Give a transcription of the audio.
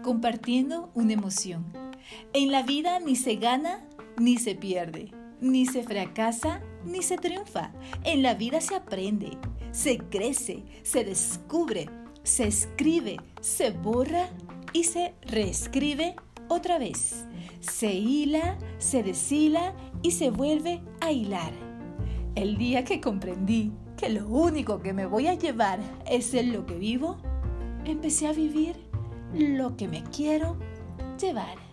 compartiendo una emoción. En la vida ni se gana ni se pierde, ni se fracasa ni se triunfa. En la vida se aprende, se crece, se descubre, se escribe, se borra y se reescribe otra vez. Se hila, se deshila y se vuelve a hilar. El día que comprendí que lo único que me voy a llevar es lo que vivo, empecé a vivir lo que me quiero llevar.